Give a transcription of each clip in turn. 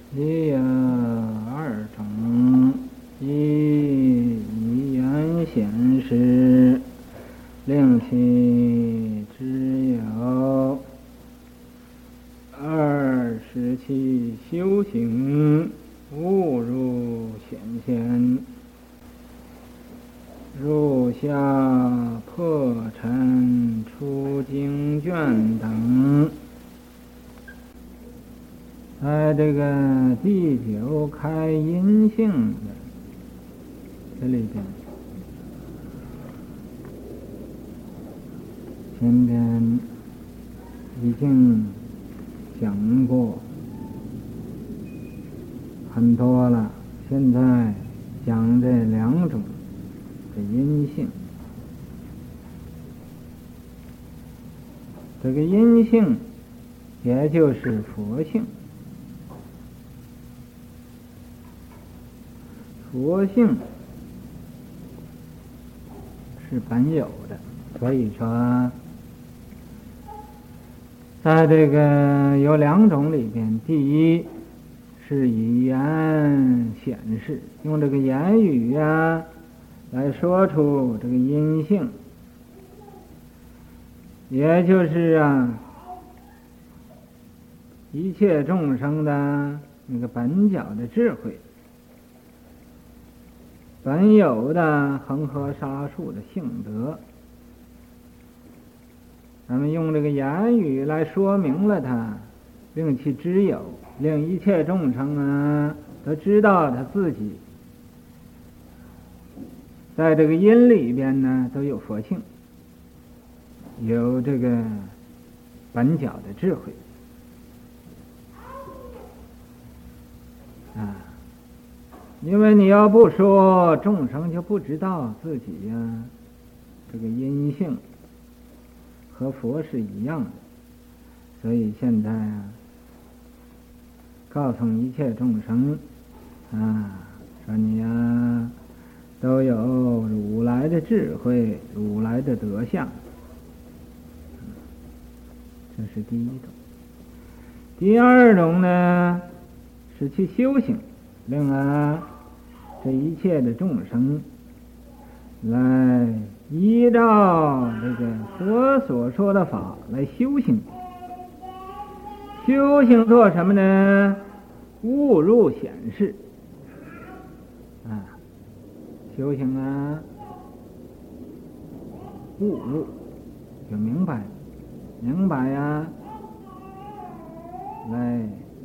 亦有二种，一以言显示，令其之有；二使其修行误入显现，入下破尘出经卷等。在这个第九开阴性的这里边，前边已经讲过很多了，现在讲这两种的阴性。这个阴性也就是佛性，佛性是本有的，所以说在这个有两种里边，第一是语言显示，用这个言语来说出这个阴性，也就是一切众生的那个本觉的智慧，本有的恒河沙数的性德，咱们用这个言语来说明了它，令其知有，令一切众生都知道他自己在这个因里边都有佛性，有这个本觉的智慧因为你要不说，众生就不知道自己这个因性和佛是一样的。所以现在告诉一切众生说你都有如来的智慧，如来的德相，这是第一种。第二种呢，是去修行，令这一切的众生来依照这个佛所说的法来修行。修行做什么呢？悟入显示修行悟入就明白来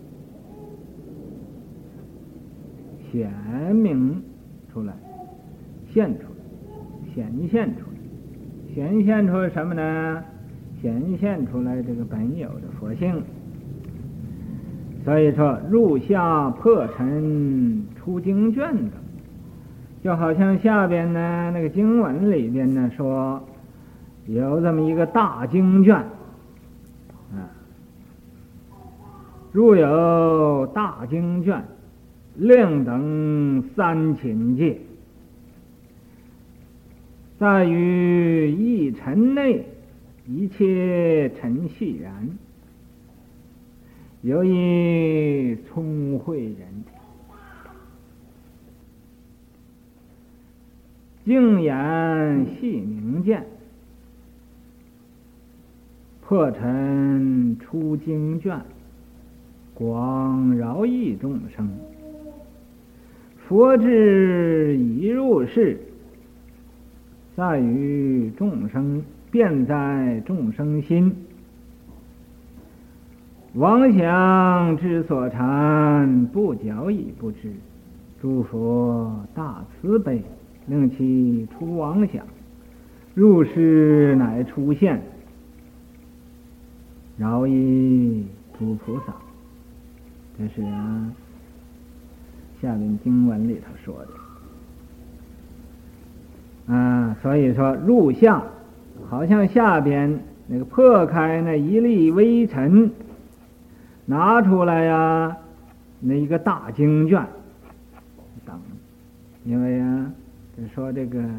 显明出来，显现出什么呢？显现出来这个本有的佛性。所以说入下破尘出经卷等，就好像下边那个经文里边说有这么一个大经卷入有大经卷，令等3000界，在于一尘内，一切尘系然，有一聪慧人，净眼细明见，破尘出经卷，广饶益众生，佛智已入世，在于众生，便在众生心，妄想之所缠，不觉已不知。诸佛大慈悲，令其出妄想，入世乃出现，饶益诸菩萨。这是下面经文里头说的所以说入相好像下边那个破开那一粒微尘，拿出来那一个大经卷等，因为就说这个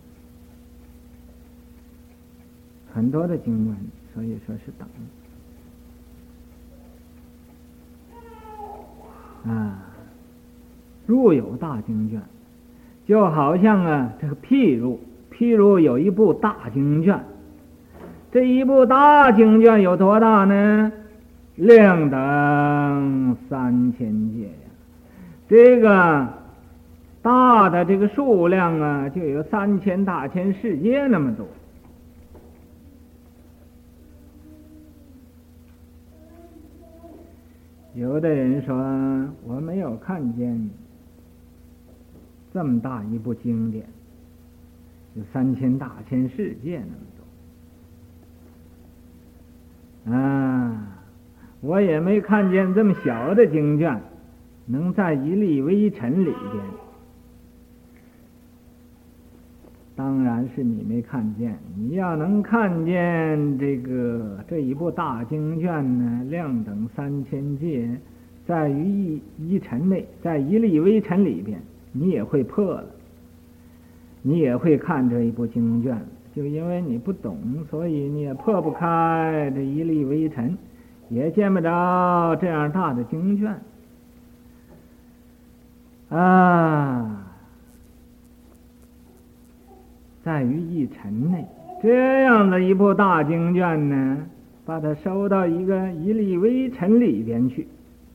很多的经文，所以说是等啊，如有大经卷，就好像这个譬如有一部大经卷，这一部大经卷有多大呢？量等3000界呀，这个大的这个数量就有3000大千世界那么多。有的人说我没有看见这么大一部经典，有3000大千世界那么多我也没看见这么小的经卷能在一粒微尘里边。当然是你没看见，你要能看见这一部大经卷呢，量等3000界，在于一尘内，在一粒微尘里边，你也会破了，你也会看这一部经卷，就因为你不懂，所以你也破不开这一粒微尘，也见不着这样大的经卷在于一尘内，这样的一部大经卷呢，把它收到一粒微尘里边去。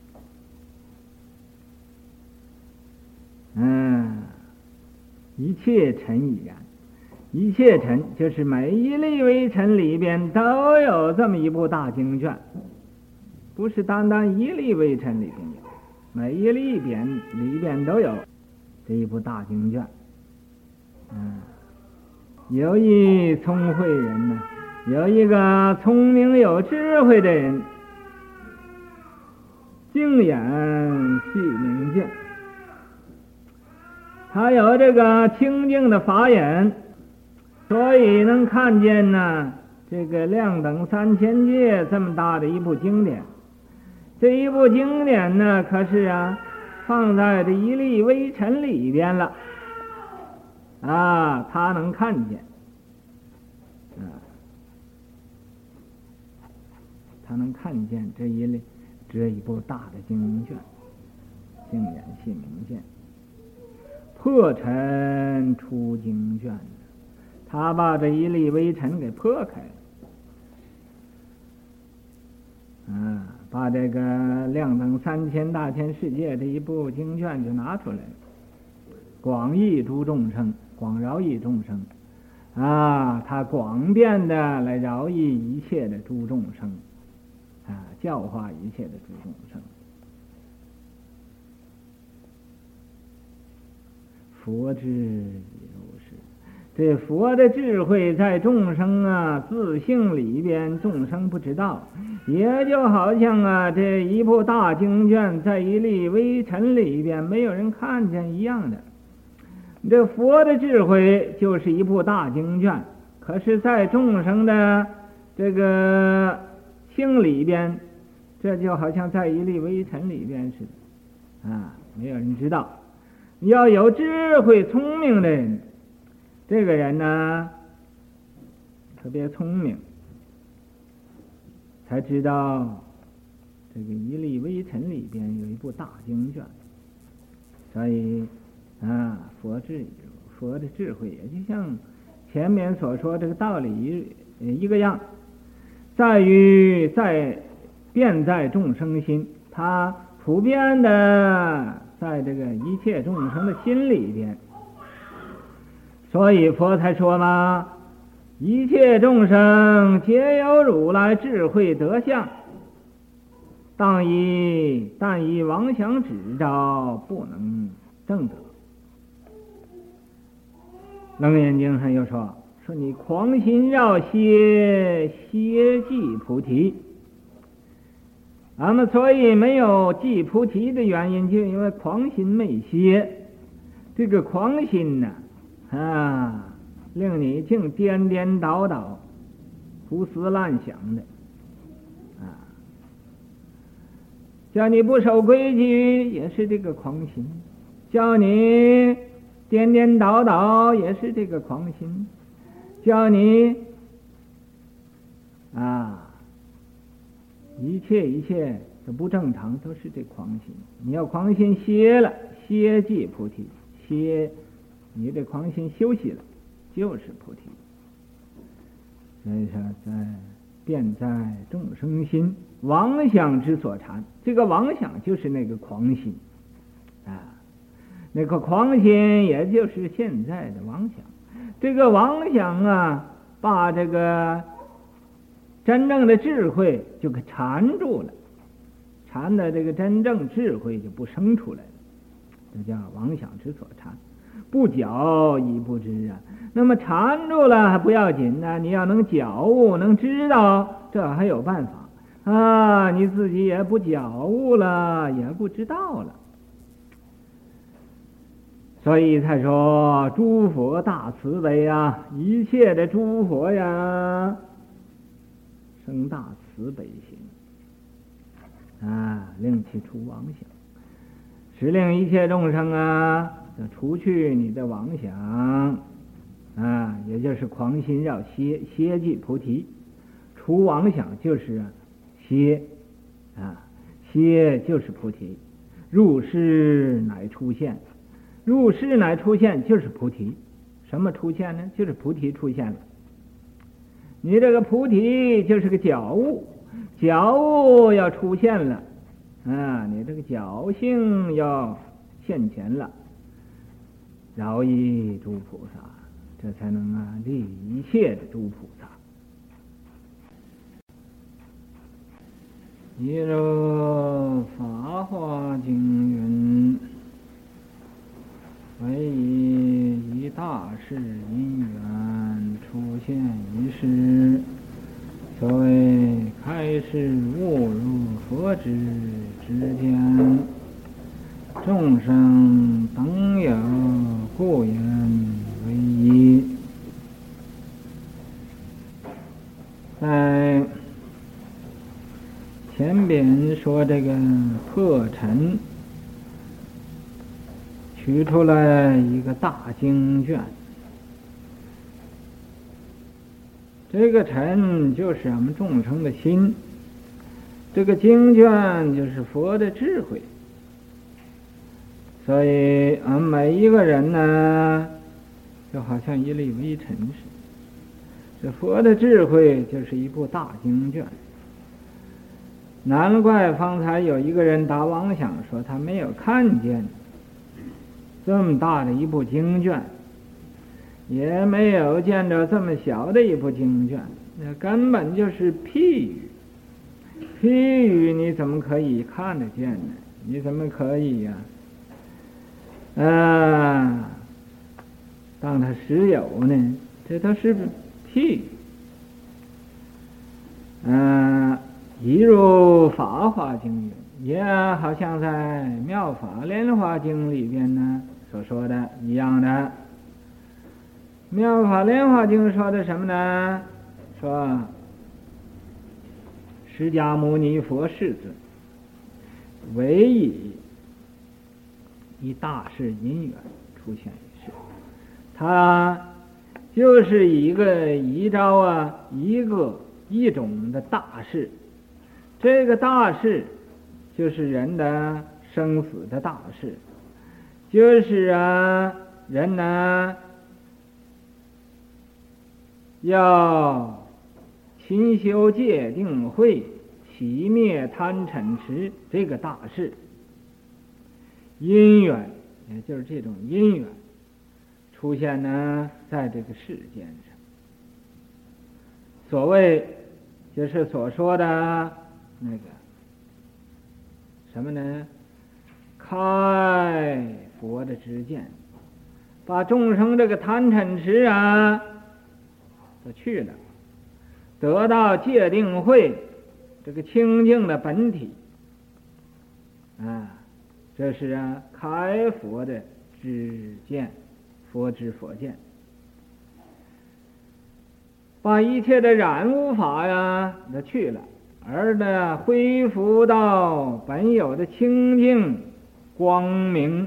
一切尘已然，一切尘就是每一粒微尘里边都有这么一部大经卷，不是单单一粒微尘里边有，每一粒里边都有这一部大经卷。有一聪慧人呢，有一个聪明有智慧的人，净眼细明镜，他有这个清净的法眼，所以能看见这个量等3000界这么大的一部经典。这一部经典呢，可是放在这一粒微尘里边了他能看见他能看见这一部大的经卷，净眼细明见，破尘出经卷，他把这一粒微尘给破开了把这个量等3000大千世界这一部经卷就拿出来了，广益诸众生，广饶益众生他广遍的来饶益一切的诸众生教化一切的诸众生。佛智亦如是，这佛的智慧在众生自性里边，众生不知道，也就好像这一部大经卷在一粒微尘里边，没有人看见一样的。这佛的智慧就是一部大经卷，可是在众生的这个性里边，这就好像在一粒微尘里边似的没有人知道。要有智慧聪明的人，这个人呢特别聪明，才知道这个一粒微尘里边有一部大经卷。所以佛的智慧也就像前面所说这个道理一个样，在于遍在众生心，它普遍的在这个一切众生的心里边。所以佛才说嘛，一切众生皆有如来智慧德相，但以妄想指照，不能证得。楞严经上又说你狂心绕歇即菩提。所以没有即菩提的原因，就因为狂心没歇。这个狂心令你净颠颠倒倒、胡思乱想的叫你不守规矩也是这个狂心，叫你颠颠倒倒也是这个狂心，叫你一切这不正常，都是这狂心。你要狂心歇了，歇即菩提，歇你这狂心休息了，就是菩提。所以说，便在众生心，妄想之所缠。这个妄想就是那个狂心啊，那个狂心也就是现在的妄想。这个妄想啊，把这个真正的智慧就给缠住了，缠的这个真正智慧就不生出来了，这叫妄想之所缠。不觉亦不知啊，那么缠住了还不要紧呢，你要能觉悟，能知道，这还有办法啊。你自己也不觉悟了，也不知道了，所以才说诸佛大慈悲啊，一切的诸佛呀，生大慈悲心啊，令其除妄想，使令一切众生啊，除去你的妄想啊，也就是狂心要歇，歇即菩提。除妄想就是歇啊，歇就是菩提。入世乃出现，入世乃出现就是菩提。什么出现呢？就是菩提出现了。你这个菩提就是个觉悟，觉悟要出现了啊，你这个觉性要现前了，饶益诸菩萨，这才能啊利一切的诸菩萨。一如法华经云，唯以一大事因缘出现一时，所谓开示悟入佛之间，众生等有故言为一。在前边说这个破尘取出来一个大经卷，这个尘就是我们众生的心，这个经卷就是佛的智慧。所以我们每一个人呢，就好像一粒微尘似的。这佛的智慧就是一部大经卷，难怪方才有一个人打妄想说他没有看见这么大的一部经卷，也没有见着这么小的一部经卷，那根本就是譬喻。譬喻你怎么可以看得见呢？你怎么可以呀？当它实有呢？这都是譬喻。一如法华经也好像在妙法莲华经里边呢所说的一样的。妙法莲华经说的什么呢？说释迦牟尼佛世尊唯以一大事因缘出现一事，他就是一招啊，一种的大事。这个大事就是人的生死的大事，就是人呢要勤修戒定慧，熄灭贪嗔痴，这个大事因缘，也就是这种因缘出现呢在这个世间上。所谓就是所说的那个什么呢？开佛的知见，把众生这个贪嗔痴都去了，得到戒定慧这个清净的本体这是开佛的知见，佛知佛见，把一切的染污法都去了，而呢恢复到本有的清净光明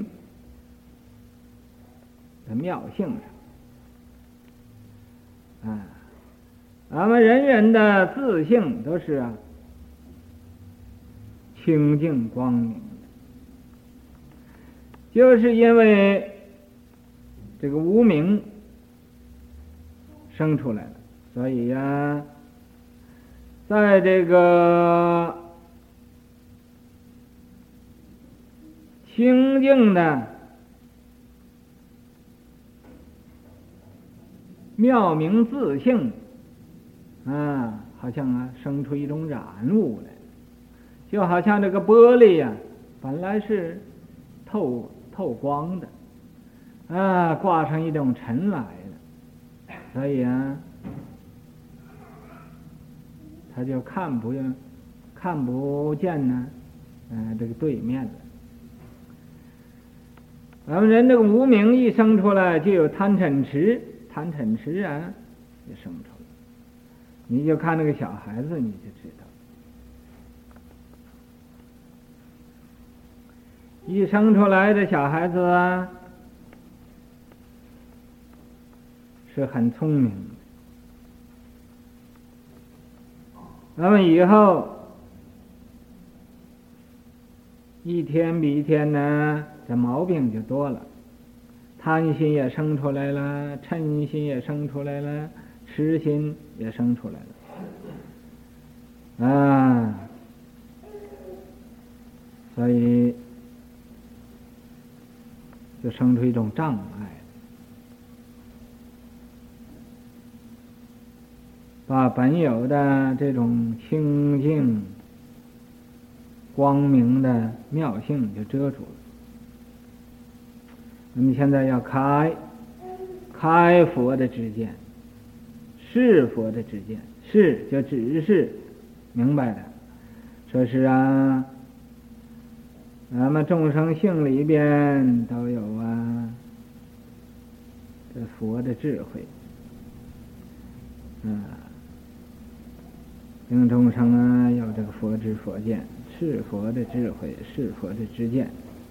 的妙性上。咱们人人的自性都是清净光明的。就是因为这个无明生出来了，所以呀，在这个清净的妙明自性好像生出一种染物来，就好像这个玻璃本来是透光的挂上一种尘来了，所以他就看不见呢这个对面了。咱们人这个无明一生出来，就有贪嗔痴也生出来。你就看那个小孩子，你就知道，一生出来的小孩子是很聪明的。那么以后一天比一天呢，这毛病就多了，贪心也生出来了，嗔心也生出来了，痴心也生出来了所以就生出一种障碍，把本有的这种清净光明的妙性就遮住了。那么现在要开佛的知见，是佛的知见，是就只是明白的，说是咱们众生性里边都有这佛的智慧令众生有这个佛知佛见，是佛的智慧，是佛的知见，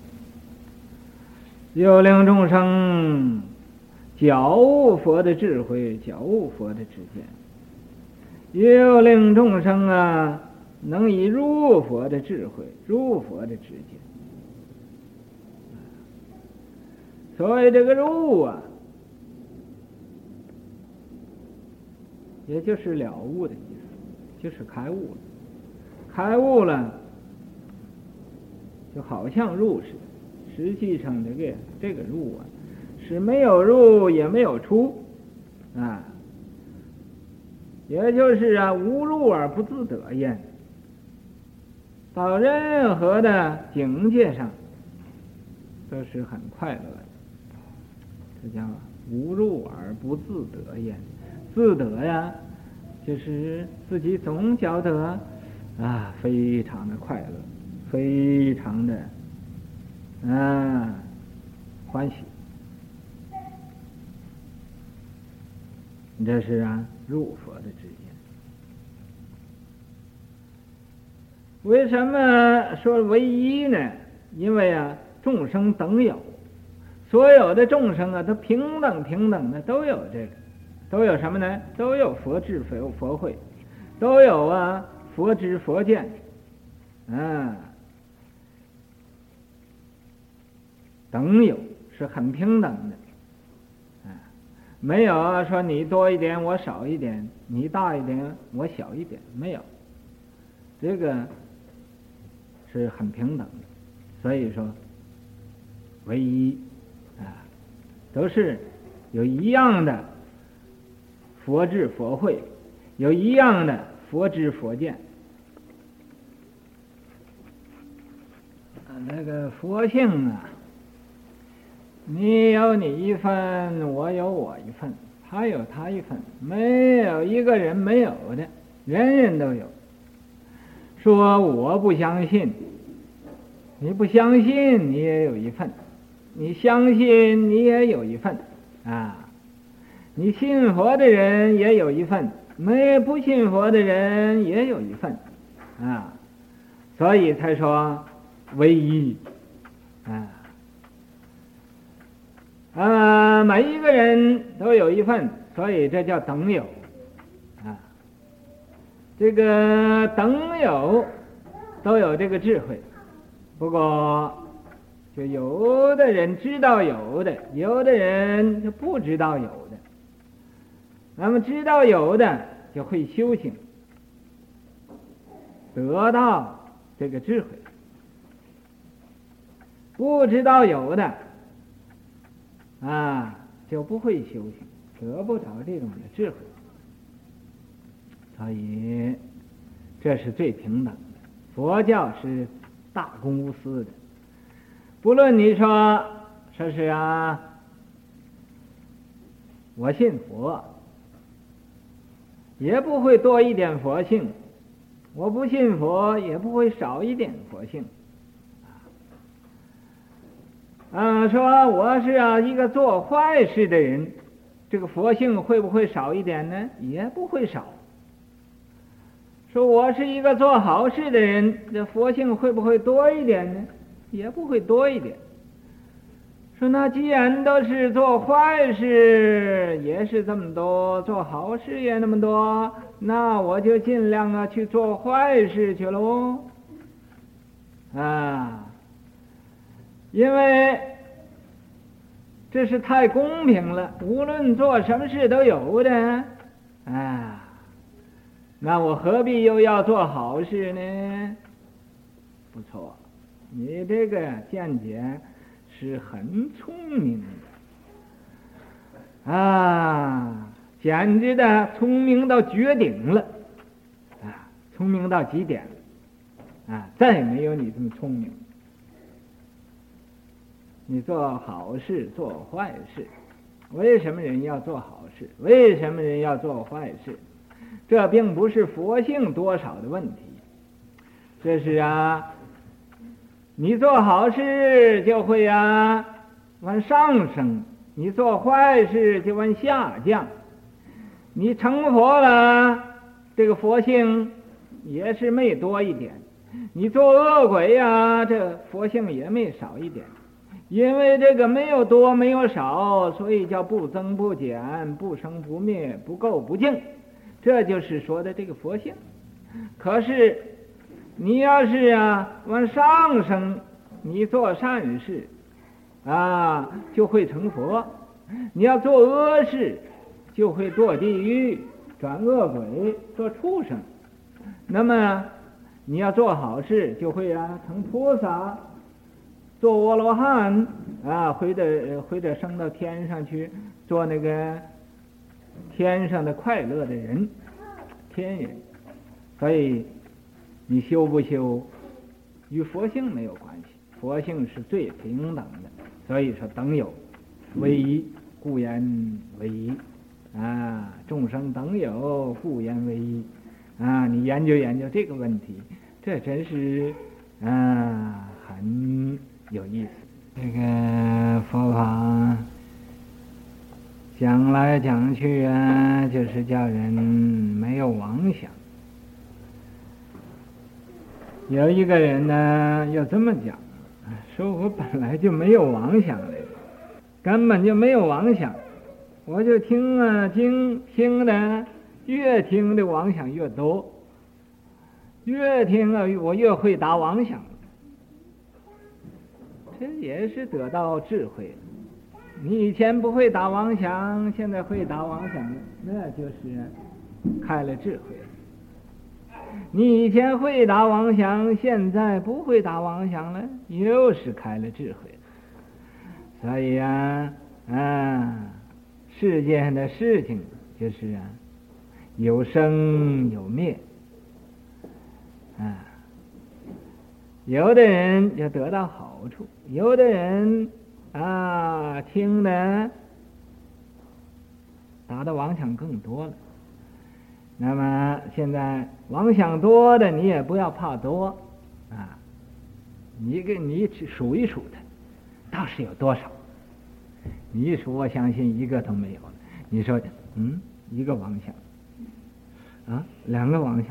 又令众生觉悟佛的智慧，觉悟佛的知见，又令众生能以入佛的智慧，入佛的知见。所谓这个入也就是了悟的意思，就是开悟了。开悟了就好像入似的，实际上这个入是没有入也没有出也就是无入而不自得焉。到任何的境界上都是很快乐的，这叫无入而不自得焉。自得就是自己总觉得非常的快乐，非常的欢喜。这是入佛的知见。为什么说唯一呢？因为众生等有，所有的众生都平等的都有这个，都有什么呢？都有佛智佛慧，都有佛知佛见等有，是很平等的没有说你多一点我少一点，你大一点我小一点，没有，这个是很平等的。所以说唯一都是有一样的佛智佛慧，有一样的佛知佛见那个佛性你有你一份，我有我一份，他有他一份，没有一个人没有的，人人都有。说我不相信，你不相信你也有一份，你相信你也有一份你信佛的人也有一份，不信佛的人也有一份所以才说唯一每一个人都有一份，所以这叫等有这个等都有这个智慧，不过就有的人知道有的，有的人就不知道有的。那么知道有的就会修行，得到这个智慧；不知道有的就不会修行，得不着这种的智慧。所以这是最平等的。佛教是大公无私的，不论你说是我信佛，也不会多一点佛性；我不信佛，也不会少一点佛性。说我是一个做坏事的人，这个佛性会不会少一点呢？也不会少。说我是一个做好事的人，这佛性会不会多一点呢？也不会多一点。说那既然都是做坏事也是这么多，做好事也那么多，那我就尽量去做坏事去喽。因为这是太公平了，无论做什么事都有的那我何必又要做好事呢？不错，你这个见解是很聪明的简直的聪明到绝顶了聪明到极点了再没有你这么聪明。你做好事做坏事，为什么人要做好事？为什么人要做坏事？这并不是佛性多少的问题，这是你做好事就会往上升，你做坏事就往下降。你成佛了，这个佛性也是没多一点；你做恶鬼这佛性也没少一点。因为这个没有多没有少，所以叫不增不减，不生不灭，不垢不净，这就是说的这个佛性。可是你要是往上升，你做善事就会成佛；你要做恶事，就会堕地狱，转恶鬼，做畜生。那么你要做好事，就会成菩萨，做阿罗汉或者升到天上去，做那个天上的快乐的人，天人。所以你修不修与佛性没有关系，佛性是最平等的。所以说等有唯一，故言唯一众生等有，故言唯一你研究研究这个问题，这真是很有意思。这个佛法讲来讲去就是叫人没有妄想。有一个人呢要这么讲，说我本来就没有妄想的，根本就没有妄想，我就听听的，越听的妄想越多，越听我越会打妄想。这也是得到智慧了。你以前不会打妄想，现在会打妄想，那就是开了智慧了。你以前会打妄想，现在不会打妄想了，又是开了智慧了。所以世界上的事情就是有生有灭有的人就得到好处，有的人听的打的妄想更多了。那么现在妄想多的你也不要怕多你数一数它，倒是有多少？你一数，我相信一个都没有了。你说一个妄想两个妄想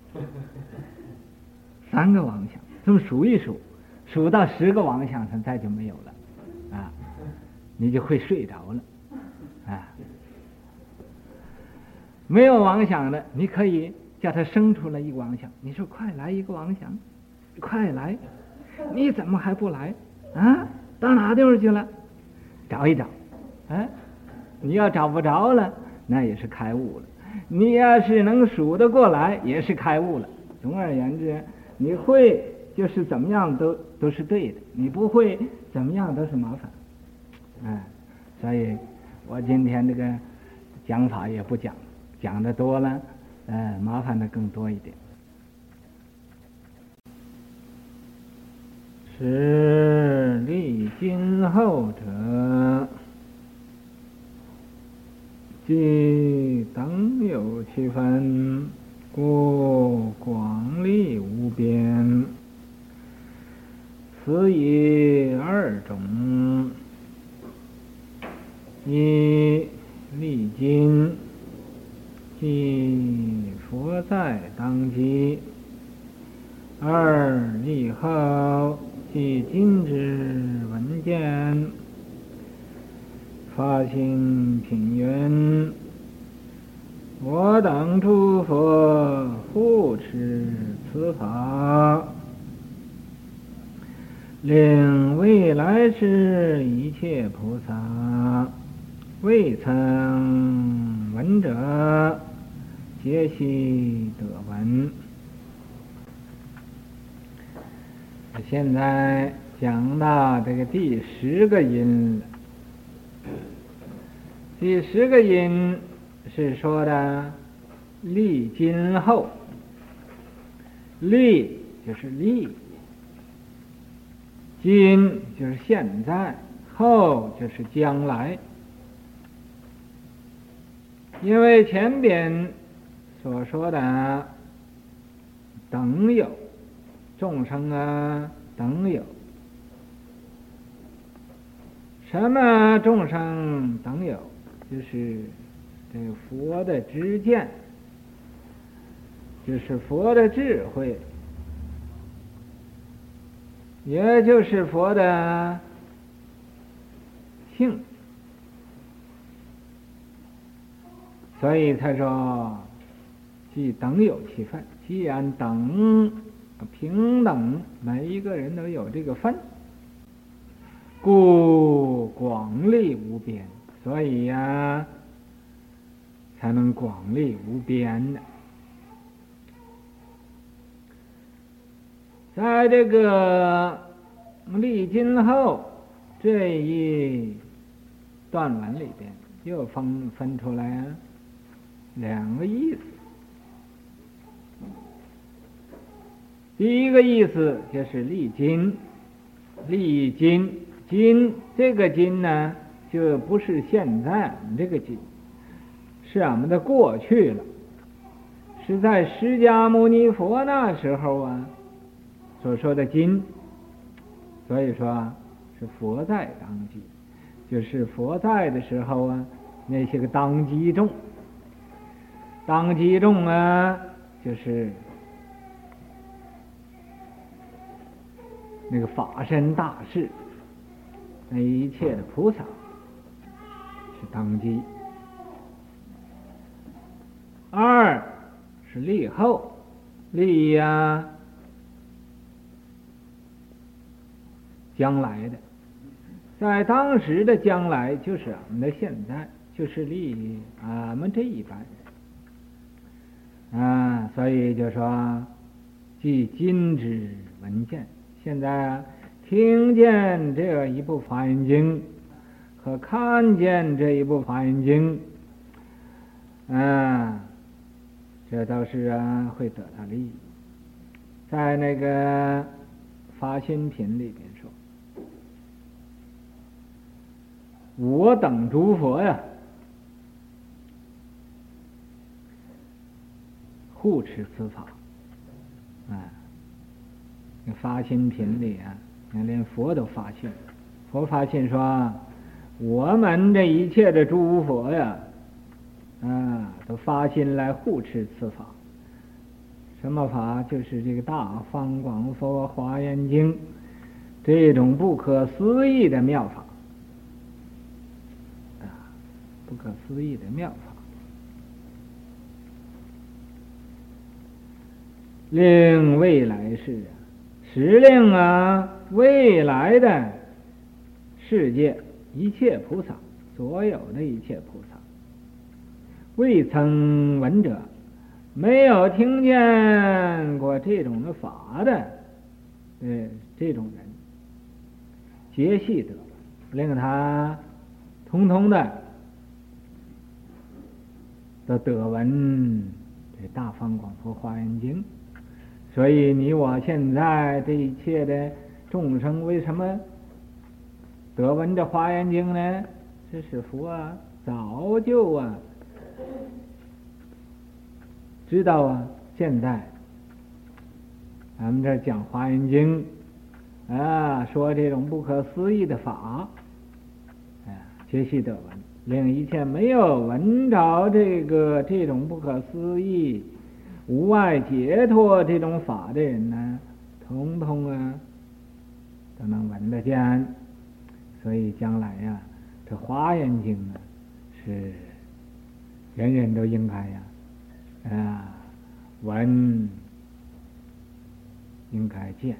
三个妄想，这么数一数，数到10个妄想上，再就没有了你就会睡着了没有妄想的，你可以叫他生出来一个妄想，你说快来一个妄想快来！你怎么还不来啊？到哪地方去了？找一找，你要找不着了，那也是开悟了。你要是能数得过来，也是开悟了。总而言之，你会就是怎么样都是对的，你不会怎么样都是麻烦。所以我今天这个讲法也不讲的多了，麻烦的更多一点。是立今后者，即等有其分，故广利无边。此以二种：一立今，即佛在当机；二立后，即今之文见。发心品云：我等诸佛护持此法，令未来世一切菩萨未曾闻者，皆悉得闻。现在讲到这个第10个因了。第10个因是说的立今后，立就是立，今就是现在，后就是将来。因为前边所说的等有众生等有，什么众生等有？就是这个佛的知见，就是佛的智慧，也就是佛的性。所以他说即等有其分，既然等平等，每一个人都有这个分，故广利无边，所以呀，才能广利无边的。在这个立今后这一段文里边，又分出来2个意思。第一个意思就是立今，立今，今这个今呢，就不是现在这个今，是俺们的过去了，是在释迦牟尼佛那时候所说的今。所以说是佛在当机，就是佛在的时候那些个当机众，当机众就是那个法身大士，那一切的菩萨是当机。二是立后，立将来的，在当时的将来就是俺们的现在，就是立俺们这一般人所以就说即今之闻见。现在听见这一部华严经和看见这一部华严经这都是会得到利益。在那个发心品里边说，我等诸佛护持此法发心品里连佛都发心，佛发心说我们这一切的诸佛都发心来护持此法。什么法？就是这个大方广佛华严经，这种不可思议的妙法不可思议的妙法，令未来世使令未来的世界一切菩萨，所有的一切菩萨，未曾闻者，没有听见过这种的法的，这种人，皆悉得，令他通通的都得闻这大方广佛华严经。所以你我现在这一切的众生，为什么得闻这华严经呢？这是佛早就知道现在咱们这讲华严经说这种不可思议的法，皆悉得闻，令一切没有闻着这种不可思议无碍解脱这种法的人呢，通通都能闻得见。所以将来这华严经是人人都应该闻，应该见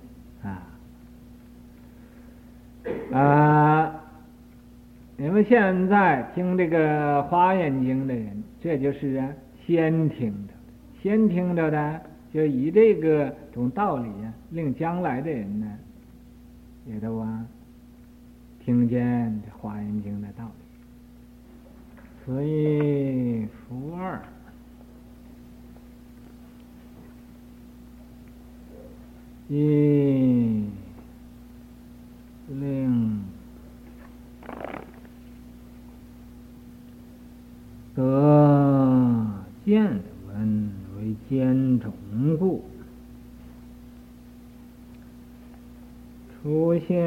你们现在听这个华严经的人，这就是先听着，先听着的，就以这个种道理令将来的人呢，也都听见这华严经的道理。所以福二一令得见闻为兼种故，出现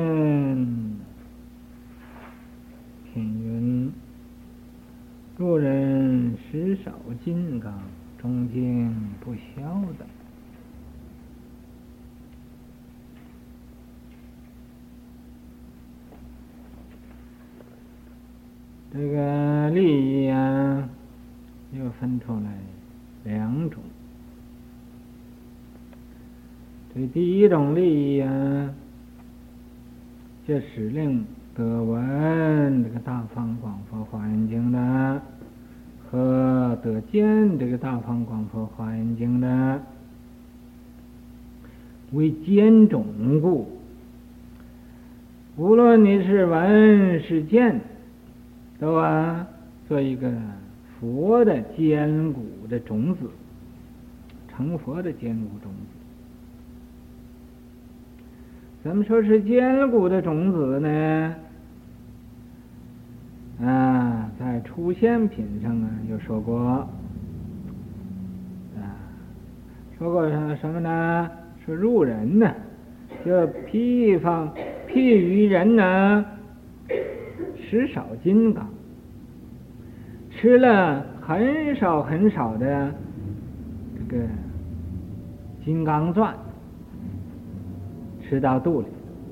品云：路人实少金刚，中经不消的。这个利益又分出来两种。这第一种利益就使令得闻这个大方广佛华严经的，和得见这个大方广佛华严经的，为兼种故。无论你是闻是见，都做一个佛的坚固的种子，成佛的坚固种子。怎么说是坚固的种子呢？在出现品上有说过，说过什么呢？说入人呢，就譬喻人呢，食少金刚，吃了很少很少的这个金刚钻，吃到肚里，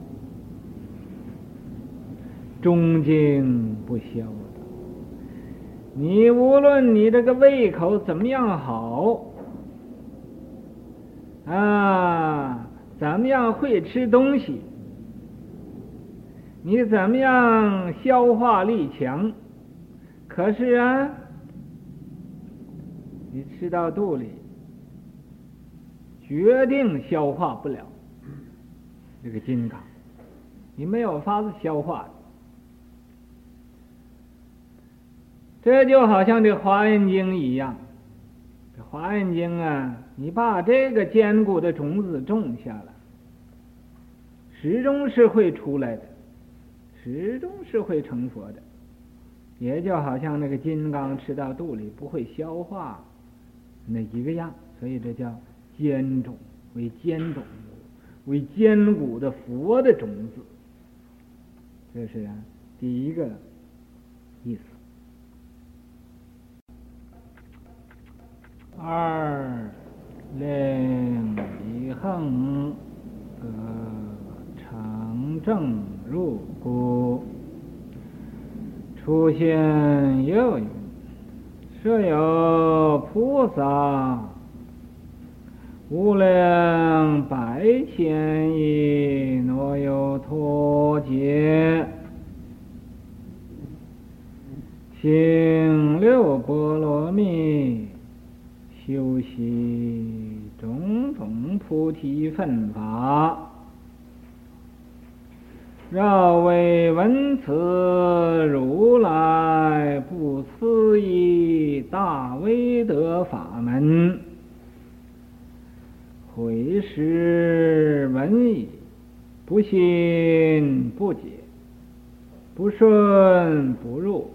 中经不消的。你无论你这个胃口怎么样好怎么样会吃东西，你怎么样消化力强，可是你吃到肚里决定消化不了这个金刚，你没有法子消化的。这就好像这华严经一样，这华严经你把这个坚固的种子种下了，始终是会出来的，始终是会成佛的。也就好像那个金刚吃到肚里不会消化那一个样，所以这叫坚种，为坚种，为坚固的佛的种子。这是第一个意思。二令以恒成正入故，出现又云：设有菩萨无量百千亿若有脱节，行六波罗蜜，修习种种菩提分法，饶为闻此如来不思议大威德法门，会时闻已，不信不解，不顺不入，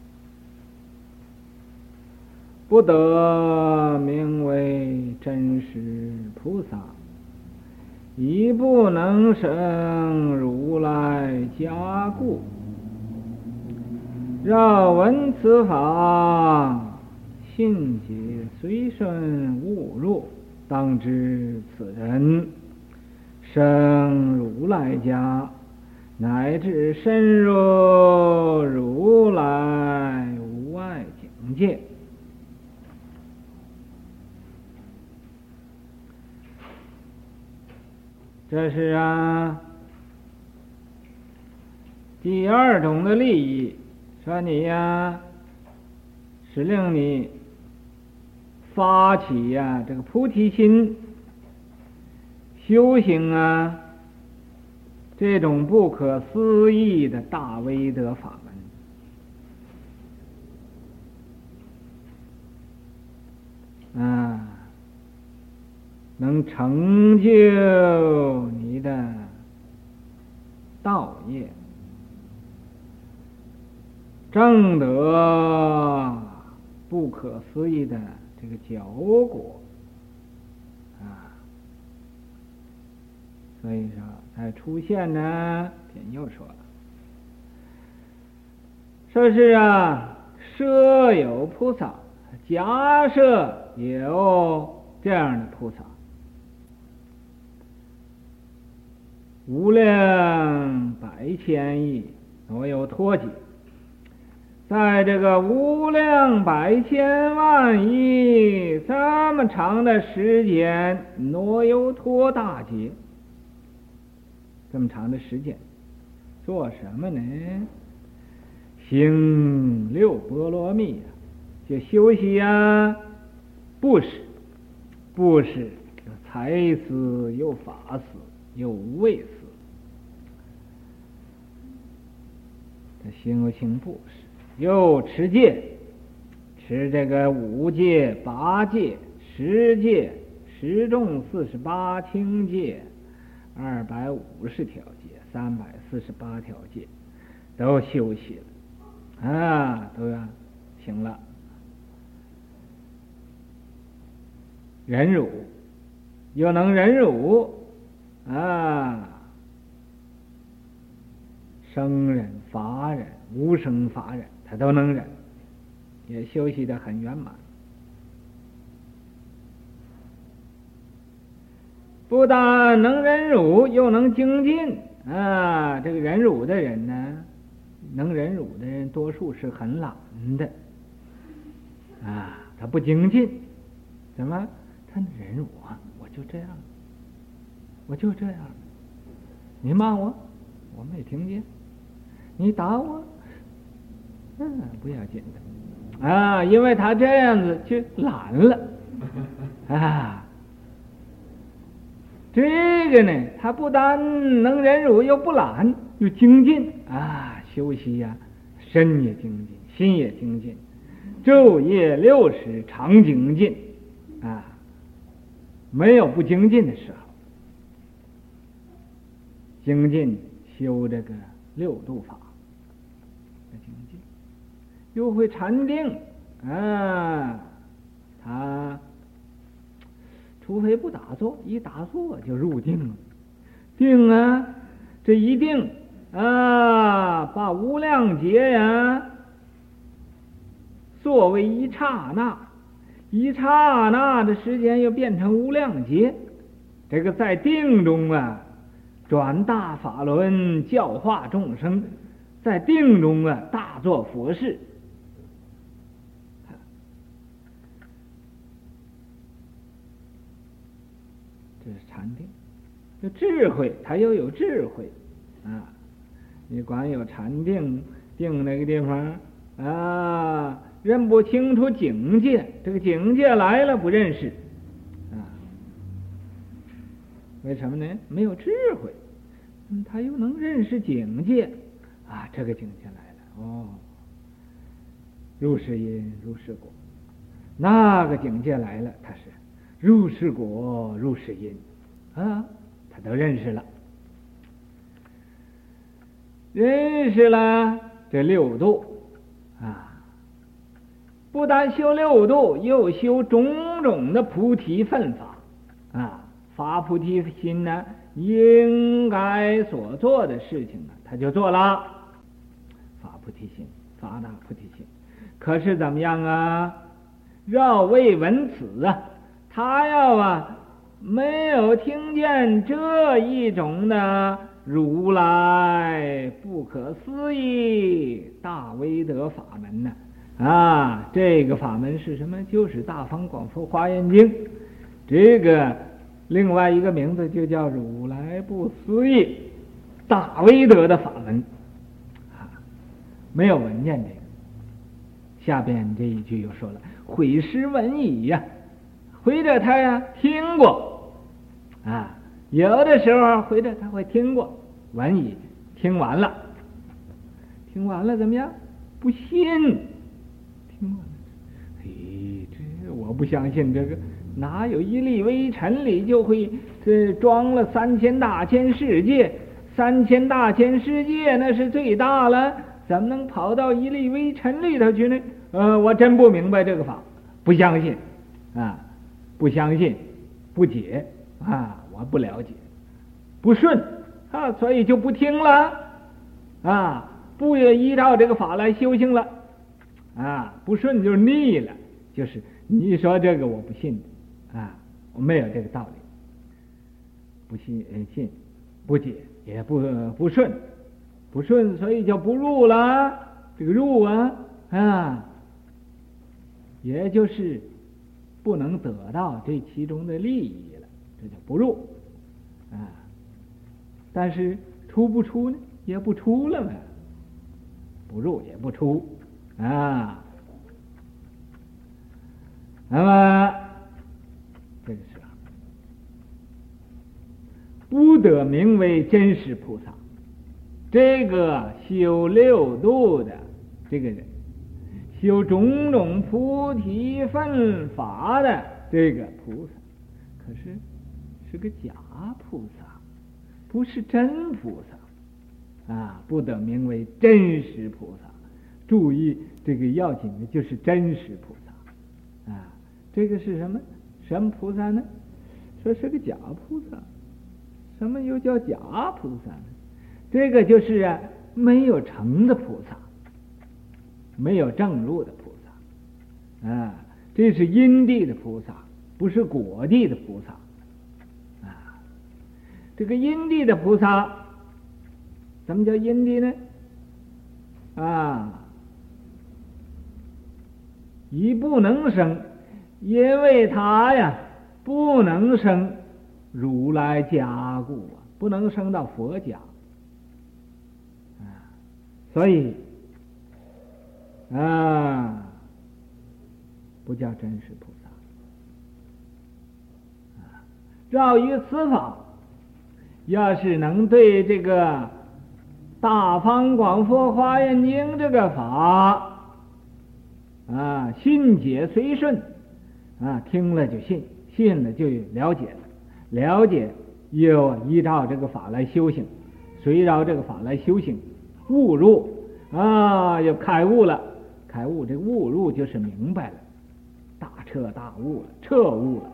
不得名为真实菩萨，亦不能生如来家故。若闻此法，信解随顺误入，当知此人生如来家，乃至深入如来无碍境界。这是第二种的利益，说你是令你发起这个菩提心，修行这种不可思议的大威德法门能成就你的道业，证得不可思议的这个결果所以说才出现呢，便又说了，说是设有菩萨，假设有这样的菩萨，无量百千亿若有脱节，在这个无量百千万亿这么长的时间，若有脱大劫，这么长的时间做什么呢？行六波罗蜜，就修习布施，布施有财施，有法施，有无畏施。这修行布施，又持戒，持这个5戒、8戒、10戒、10重48轻戒、250条戒、348条戒，都修习了都行了。忍辱，又能忍辱生忍、法忍、无生法忍，他都能忍，也修习得很圆满。不但能忍辱，又能精进这个忍辱的人呢，能忍辱的人多数是很懒的他不精进。怎么？他忍辱我就这样，我就这样。你骂我，我没听见；你打我，不要紧的因为他这样子就懒了这个呢，他不但能忍辱，又不懒，又精进修习身也精进，心也精进，昼夜60常精进没有不精进的时候。精进修这个6度法的精进，又会禅定他除非不打坐，一打坐就入定了。定这一定把无量劫作为一刹那，一刹那的时间又变成无量劫。这个在定中转大法轮，教化众生，在定中大做佛事。 有智慧，他又有智慧啊！你光有禅定那个地方啊，认不清楚境界，这个境界来了不认识啊？为什么呢？没有智慧，他又能认识境界啊！这个境界来了哦，入是因，入是果。那个境界来了，他是入是果，入是因啊，他都认识了。认识了这六度啊，不但修六度，又修种种的菩提分法啊，发菩提心呢，应该所做的事情呢，他就做了，发菩提心，发大菩提心。可是怎么样啊？绕未闻此啊，他要没有听见这一种的如来不可思议大威德法门呢啊，这个法门是什么？就是大方广佛华严经，这个另外一个名字就叫如来不思议大威德的法门啊，没有闻见这个。下边这一句又说了，毁师闻已呀，回着他听过啊，有的时候回着他会听过，闻已听完了怎么样？不信，听完了，这我不相信，这个哪有一粒微尘里就会装了3000大千世界，3000大千世界那是最大了，怎么能跑到一粒微尘里头去呢？我真不明白这个法，不相信啊，不相信，不解啊，我不了解，不顺啊，所以就不听了啊，不依照这个法来修行了啊，不顺就是逆了，就是你说这个我不信啊，我没有这个道理，不信不解也不顺，所以就不入了。这个入啊，也就是不能得到这其中的利益了，这就不入啊。但是出不出呢？也不出了嘛，不入也不出啊。那么这个时候不得名为真实菩萨，这个修六度的这个人，修种种菩提分法的这个菩萨，可是是个假菩萨，不是真菩萨啊！不得名为真实菩萨。注意，这个要紧的就是真实菩萨啊！这个是什么菩萨呢？说是个假菩萨。什么又叫假菩萨呢？这个就是没有成的菩萨，没有正入的菩萨啊！这是因地的菩萨，不是果地的菩萨啊！这个因地的菩萨，怎么叫因地呢？啊，一不能生，因为他不能生如来家故不能生到佛家啊，所以不叫真实菩萨啊。照于此法，要是能对这个大方广佛华严经这个法啊信解随顺啊，听了就信，信了就了解了，了解又依照这个法来修行，随着这个法来修行，悟入啊，又开悟了。开悟，这个悟入就是明白了，大彻大悟了，彻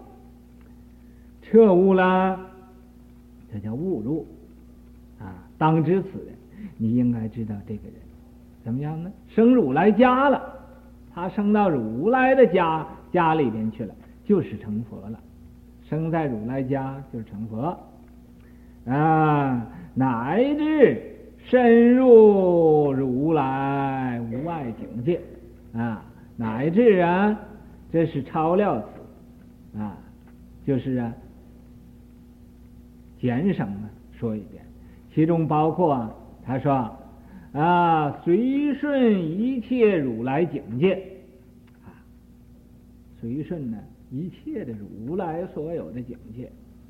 悟了，这叫悟入啊。当知此人，你应该知道这个人怎么样呢？生如来家了，他升到如来的家里边去了，就是成佛了。生在如来家就是成佛啊，乃至深入如来无碍境界啊，乃至这是超了此啊，就是简省说一遍，其中包括他说随顺一切如来境界随顺呢一切的如来所有的境界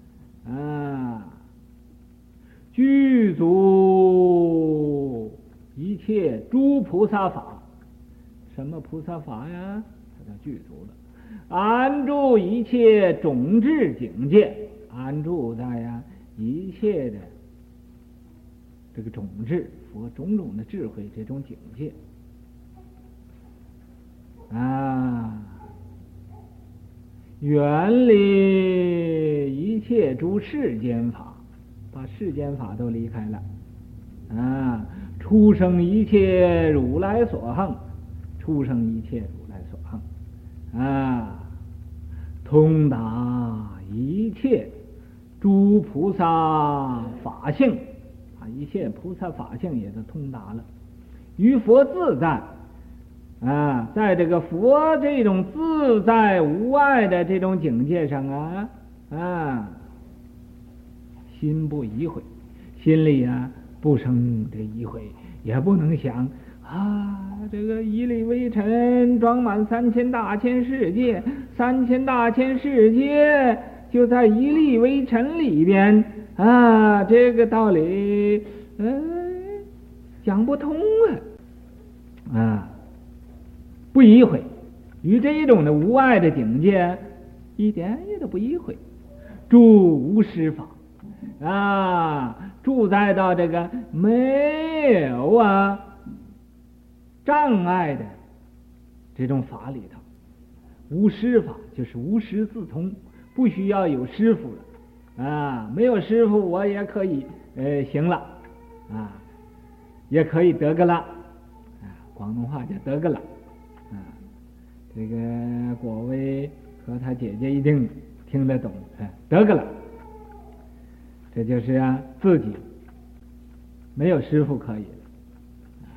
具足一切诸菩萨法。什么菩萨法呀？它就具足了。安住一切种智境界，安住在一切的这个种智佛种种的智慧这种境界远离一切诸世间法，把世间法都离开了出生一切如来所行，出生一切如来所行通达一切诸菩萨法性一切菩萨法性也都通达了，于佛自在在这个佛这种自在无碍的这种境界上心不疑悔，心里不生这疑悔，也不能想这个一粒微尘装满3000大千世界，3000大千世界就在一粒微尘里边这个道理讲不通不疑悔，于这种的无碍的境界一点也都不疑悔，住无施法住在到这个没有障碍的这种法里头。无施法就是无师自通，不需要有师傅了没有师傅我也可以行了也可以得个了广东话叫得个了这个果威和他姐姐一定听得懂得个了，这就是自己没有师傅可以了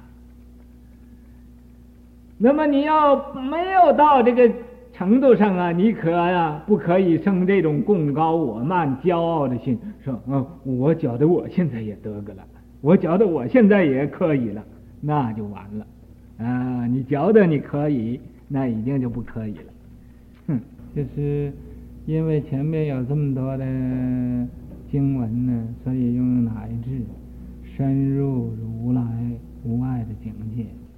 那么你要没有到这个程度上你不可以生这种贡高我慢骄傲的心，说我觉得我现在也得个了，我觉得我现在也可以了，那就完了你觉得你可以，那一定就不可以了就是因为前面有这么多的经文呢，所以用乃至深入如来无碍的境界。